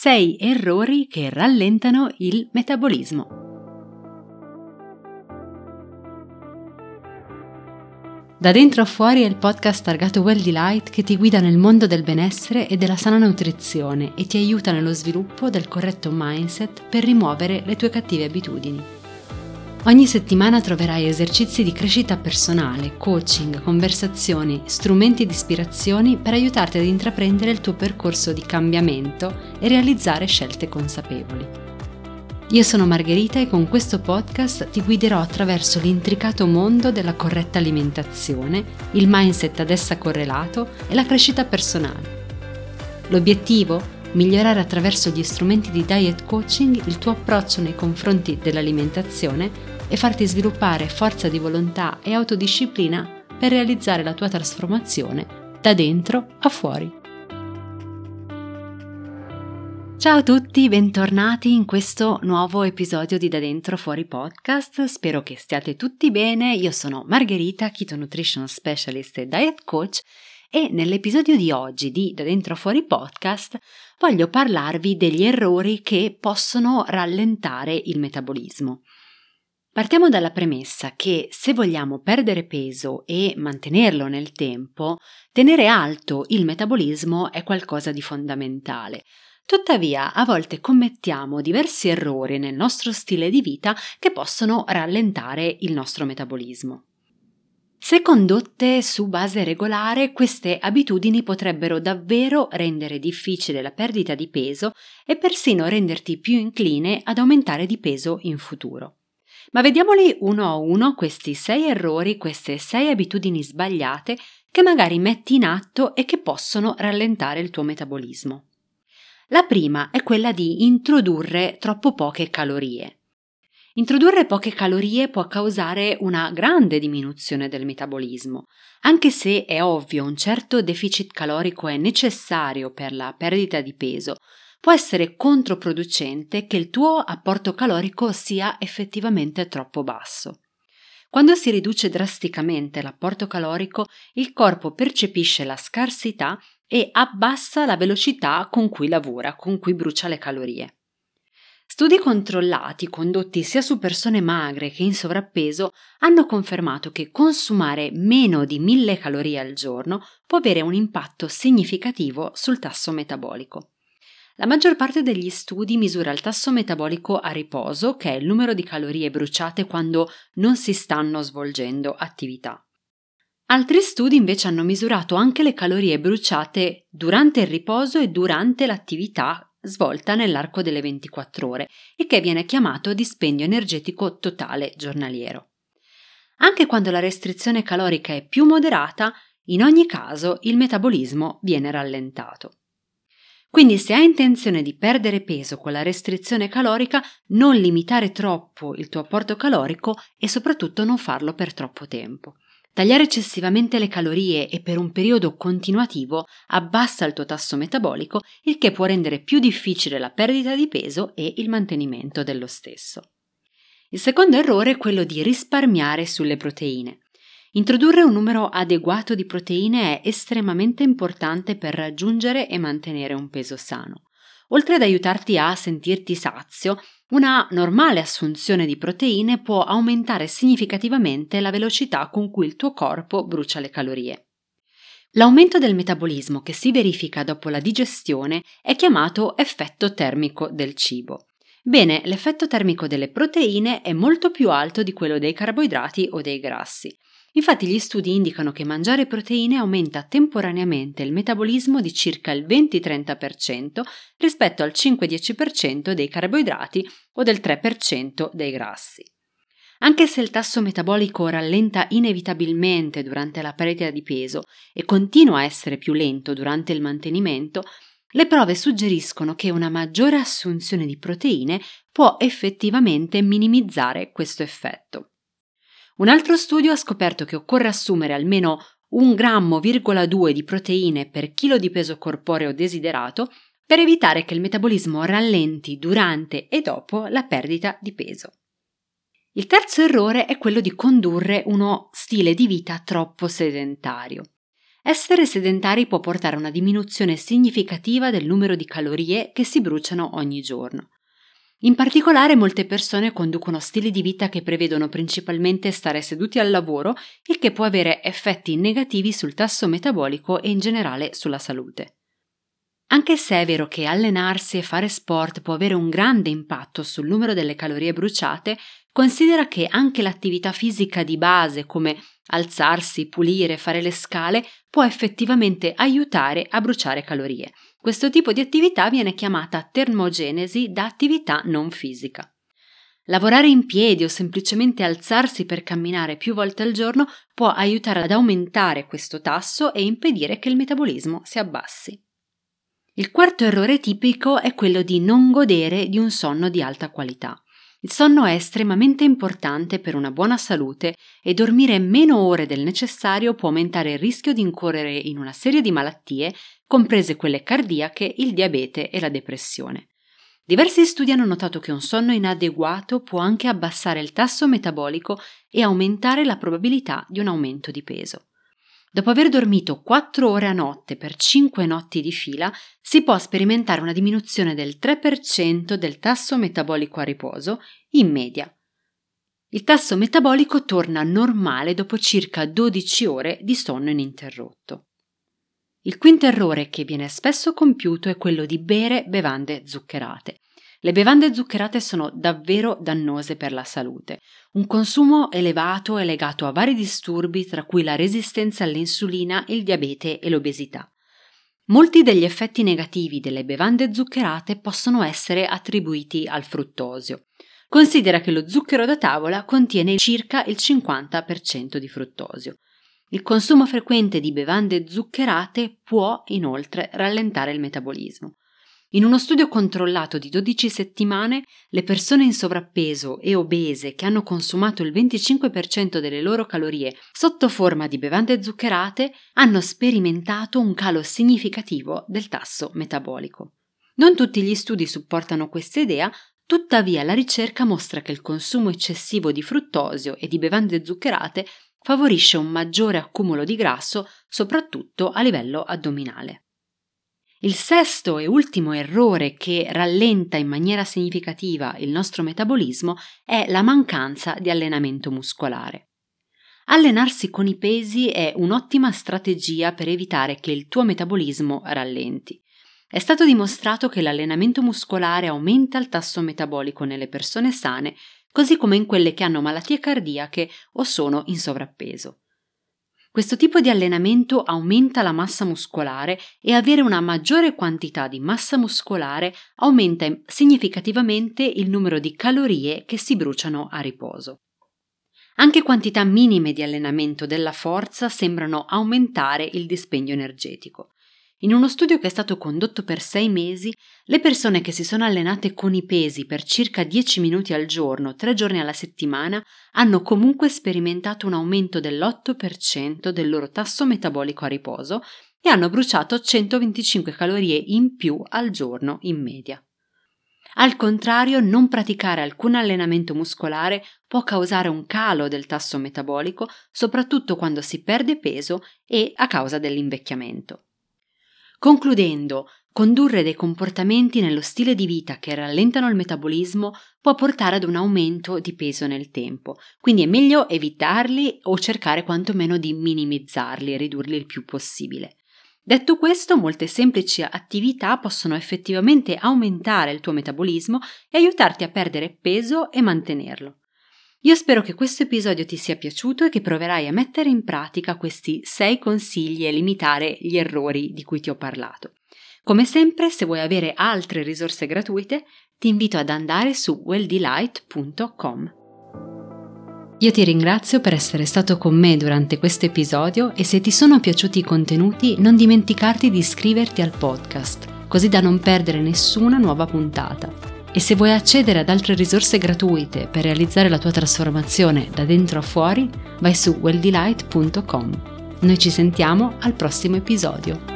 6 errori che rallentano il metabolismo. Da dentro a fuori è il podcast targato Well Delight che ti guida nel mondo del benessere e della sana nutrizione e ti aiuta nello sviluppo del corretto mindset per rimuovere le tue cattive abitudini. Ogni settimana troverai esercizi di crescita personale, coaching, conversazioni, strumenti di ispirazione per aiutarti ad intraprendere il tuo percorso di cambiamento e realizzare scelte consapevoli. Io sono Margherita e con questo podcast ti guiderò attraverso l'intricato mondo della corretta alimentazione, il mindset ad essa correlato e la crescita personale. L'obiettivo? Migliorare attraverso gli strumenti di diet coaching il tuo approccio nei confronti dell'alimentazione e farti sviluppare forza di volontà e autodisciplina per realizzare la tua trasformazione da dentro a fuori. Ciao a tutti, bentornati in questo nuovo episodio di Da Dentro Fuori Podcast. Spero che stiate tutti bene. Io sono Margherita, Keto Nutrition Specialist e Diet Coach, e nell'episodio di oggi di Da Dentro Fuori Podcast voglio parlarvi degli errori che possono rallentare il metabolismo. Partiamo dalla premessa che se vogliamo perdere peso e mantenerlo nel tempo, tenere alto il metabolismo è qualcosa di fondamentale. Tuttavia, a volte commettiamo diversi errori nel nostro stile di vita che possono rallentare il nostro metabolismo. Se condotte su base regolare, queste abitudini potrebbero davvero rendere difficile la perdita di peso e persino renderti più incline ad aumentare di peso in futuro. Ma vediamoli uno a uno questi 6 errori, queste 6 abitudini sbagliate che magari metti in atto e che possono rallentare il tuo metabolismo. La prima è quella di introdurre troppo poche calorie. Introdurre poche calorie può causare una grande diminuzione del metabolismo, anche se è ovvio un certo deficit calorico è necessario per la perdita di peso. Può essere controproducente che il tuo apporto calorico sia effettivamente troppo basso. Quando si riduce drasticamente l'apporto calorico, il corpo percepisce la scarsità e abbassa la velocità con cui lavora, con cui brucia le calorie. Studi controllati condotti sia su persone magre che in sovrappeso hanno confermato che consumare meno di 1000 calorie al giorno può avere un impatto significativo sul tasso metabolico. La maggior parte degli studi misura il tasso metabolico a riposo, che è il numero di calorie bruciate quando non si stanno svolgendo attività. Altri studi invece hanno misurato anche le calorie bruciate durante il riposo e durante l'attività svolta nell'arco delle 24 ore, e che viene chiamato dispendio energetico totale giornaliero. Anche quando la restrizione calorica è più moderata, in ogni caso il metabolismo viene rallentato. Quindi se hai intenzione di perdere peso con la restrizione calorica, non limitare troppo il tuo apporto calorico e soprattutto non farlo per troppo tempo. Tagliare eccessivamente le calorie e per un periodo continuativo abbassa il tuo tasso metabolico, il che può rendere più difficile la perdita di peso e il mantenimento dello stesso. Il secondo errore è quello di risparmiare sulle proteine. Introdurre un numero adeguato di proteine è estremamente importante per raggiungere e mantenere un peso sano. Oltre ad aiutarti a sentirti sazio, una normale assunzione di proteine può aumentare significativamente la velocità con cui il tuo corpo brucia le calorie. L'aumento del metabolismo che si verifica dopo la digestione è chiamato effetto termico del cibo. Bene, l'effetto termico delle proteine è molto più alto di quello dei carboidrati o dei grassi. Infatti gli studi indicano che mangiare proteine aumenta temporaneamente il metabolismo di circa il 20-30% rispetto al 5-10% dei carboidrati o del 3% dei grassi. Anche se il tasso metabolico rallenta inevitabilmente durante la perdita di peso e continua a essere più lento durante il mantenimento, le prove suggeriscono che una maggiore assunzione di proteine può effettivamente minimizzare questo effetto. Un altro studio ha scoperto che occorre assumere almeno 1,2 grammo di proteine per chilo di peso corporeo desiderato per evitare che il metabolismo rallenti durante e dopo la perdita di peso. Il terzo errore è quello di condurre uno stile di vita troppo sedentario. Essere sedentari può portare a una diminuzione significativa del numero di calorie che si bruciano ogni giorno. In particolare molte persone conducono stili di vita che prevedono principalmente stare seduti al lavoro, il che può avere effetti negativi sul tasso metabolico e in generale sulla salute. Anche se è vero che allenarsi e fare sport può avere un grande impatto sul numero delle calorie bruciate, considera che anche l'attività fisica di base come alzarsi, pulire, fare le scale può effettivamente aiutare a bruciare calorie. Questo tipo di attività viene chiamata termogenesi da attività non fisica. Lavorare in piedi o semplicemente alzarsi per camminare più volte al giorno può aiutare ad aumentare questo tasso e impedire che il metabolismo si abbassi. Il quarto errore tipico è quello di non godere di un sonno di alta qualità. Il sonno è estremamente importante per una buona salute e dormire meno ore del necessario può aumentare il rischio di incorrere in una serie di malattie, comprese quelle cardiache, il diabete e la depressione. Diversi studi hanno notato che un sonno inadeguato può anche abbassare il tasso metabolico e aumentare la probabilità di un aumento di peso. Dopo aver dormito 4 ore a notte per 5 notti di fila, si può sperimentare una diminuzione del 3% del tasso metabolico a riposo in media. Il tasso metabolico torna normale dopo circa 12 ore di sonno ininterrotto. Il quinto errore che viene spesso compiuto è quello di bere bevande zuccherate. Le bevande zuccherate sono davvero dannose per la salute. Un consumo elevato è legato a vari disturbi, tra cui la resistenza all'insulina, il diabete e l'obesità. Molti degli effetti negativi delle bevande zuccherate possono essere attribuiti al fruttosio. Considera che lo zucchero da tavola contiene circa il 50% di fruttosio. Il consumo frequente di bevande zuccherate può inoltre rallentare il metabolismo. In uno studio controllato di 12 settimane, le persone in sovrappeso e obese che hanno consumato il 25% delle loro calorie sotto forma di bevande zuccherate hanno sperimentato un calo significativo del tasso metabolico. Non tutti gli studi supportano questa idea, tuttavia la ricerca mostra che il consumo eccessivo di fruttosio e di bevande zuccherate favorisce un maggiore accumulo di grasso, soprattutto a livello addominale. Il sesto e ultimo errore che rallenta in maniera significativa il nostro metabolismo è la mancanza di allenamento muscolare. Allenarsi con i pesi è un'ottima strategia per evitare che il tuo metabolismo rallenti. È stato dimostrato che l'allenamento muscolare aumenta il tasso metabolico nelle persone sane, così come in quelle che hanno malattie cardiache o sono in sovrappeso. Questo tipo di allenamento aumenta la massa muscolare e avere una maggiore quantità di massa muscolare aumenta significativamente il numero di calorie che si bruciano a riposo. Anche quantità minime di allenamento della forza sembrano aumentare il dispendio energetico. In uno studio che è stato condotto per 6 mesi, le persone che si sono allenate con i pesi per circa 10 minuti al giorno, 3 giorni alla settimana, hanno comunque sperimentato un aumento dell'8% del loro tasso metabolico a riposo e hanno bruciato 125 calorie in più al giorno in media. Al contrario, non praticare alcun allenamento muscolare può causare un calo del tasso metabolico, soprattutto quando si perde peso e a causa dell'invecchiamento. Concludendo, condurre dei comportamenti nello stile di vita che rallentano il metabolismo può portare ad un aumento di peso nel tempo, quindi è meglio evitarli o cercare quantomeno di minimizzarli e ridurli il più possibile. Detto questo, molte semplici attività possono effettivamente aumentare il tuo metabolismo e aiutarti a perdere peso e mantenerlo. Io spero che questo episodio ti sia piaciuto e che proverai a mettere in pratica questi 6 consigli e limitare gli errori di cui ti ho parlato. Come sempre, se vuoi avere altre risorse gratuite, ti invito ad andare su welldelight.com. Io ti ringrazio per essere stato con me durante questo episodio e se ti sono piaciuti i contenuti non dimenticarti di iscriverti al podcast, così da non perdere nessuna nuova puntata. E se vuoi accedere ad altre risorse gratuite per realizzare la tua trasformazione da dentro a fuori, vai su welldelight.com. Noi ci sentiamo al prossimo episodio.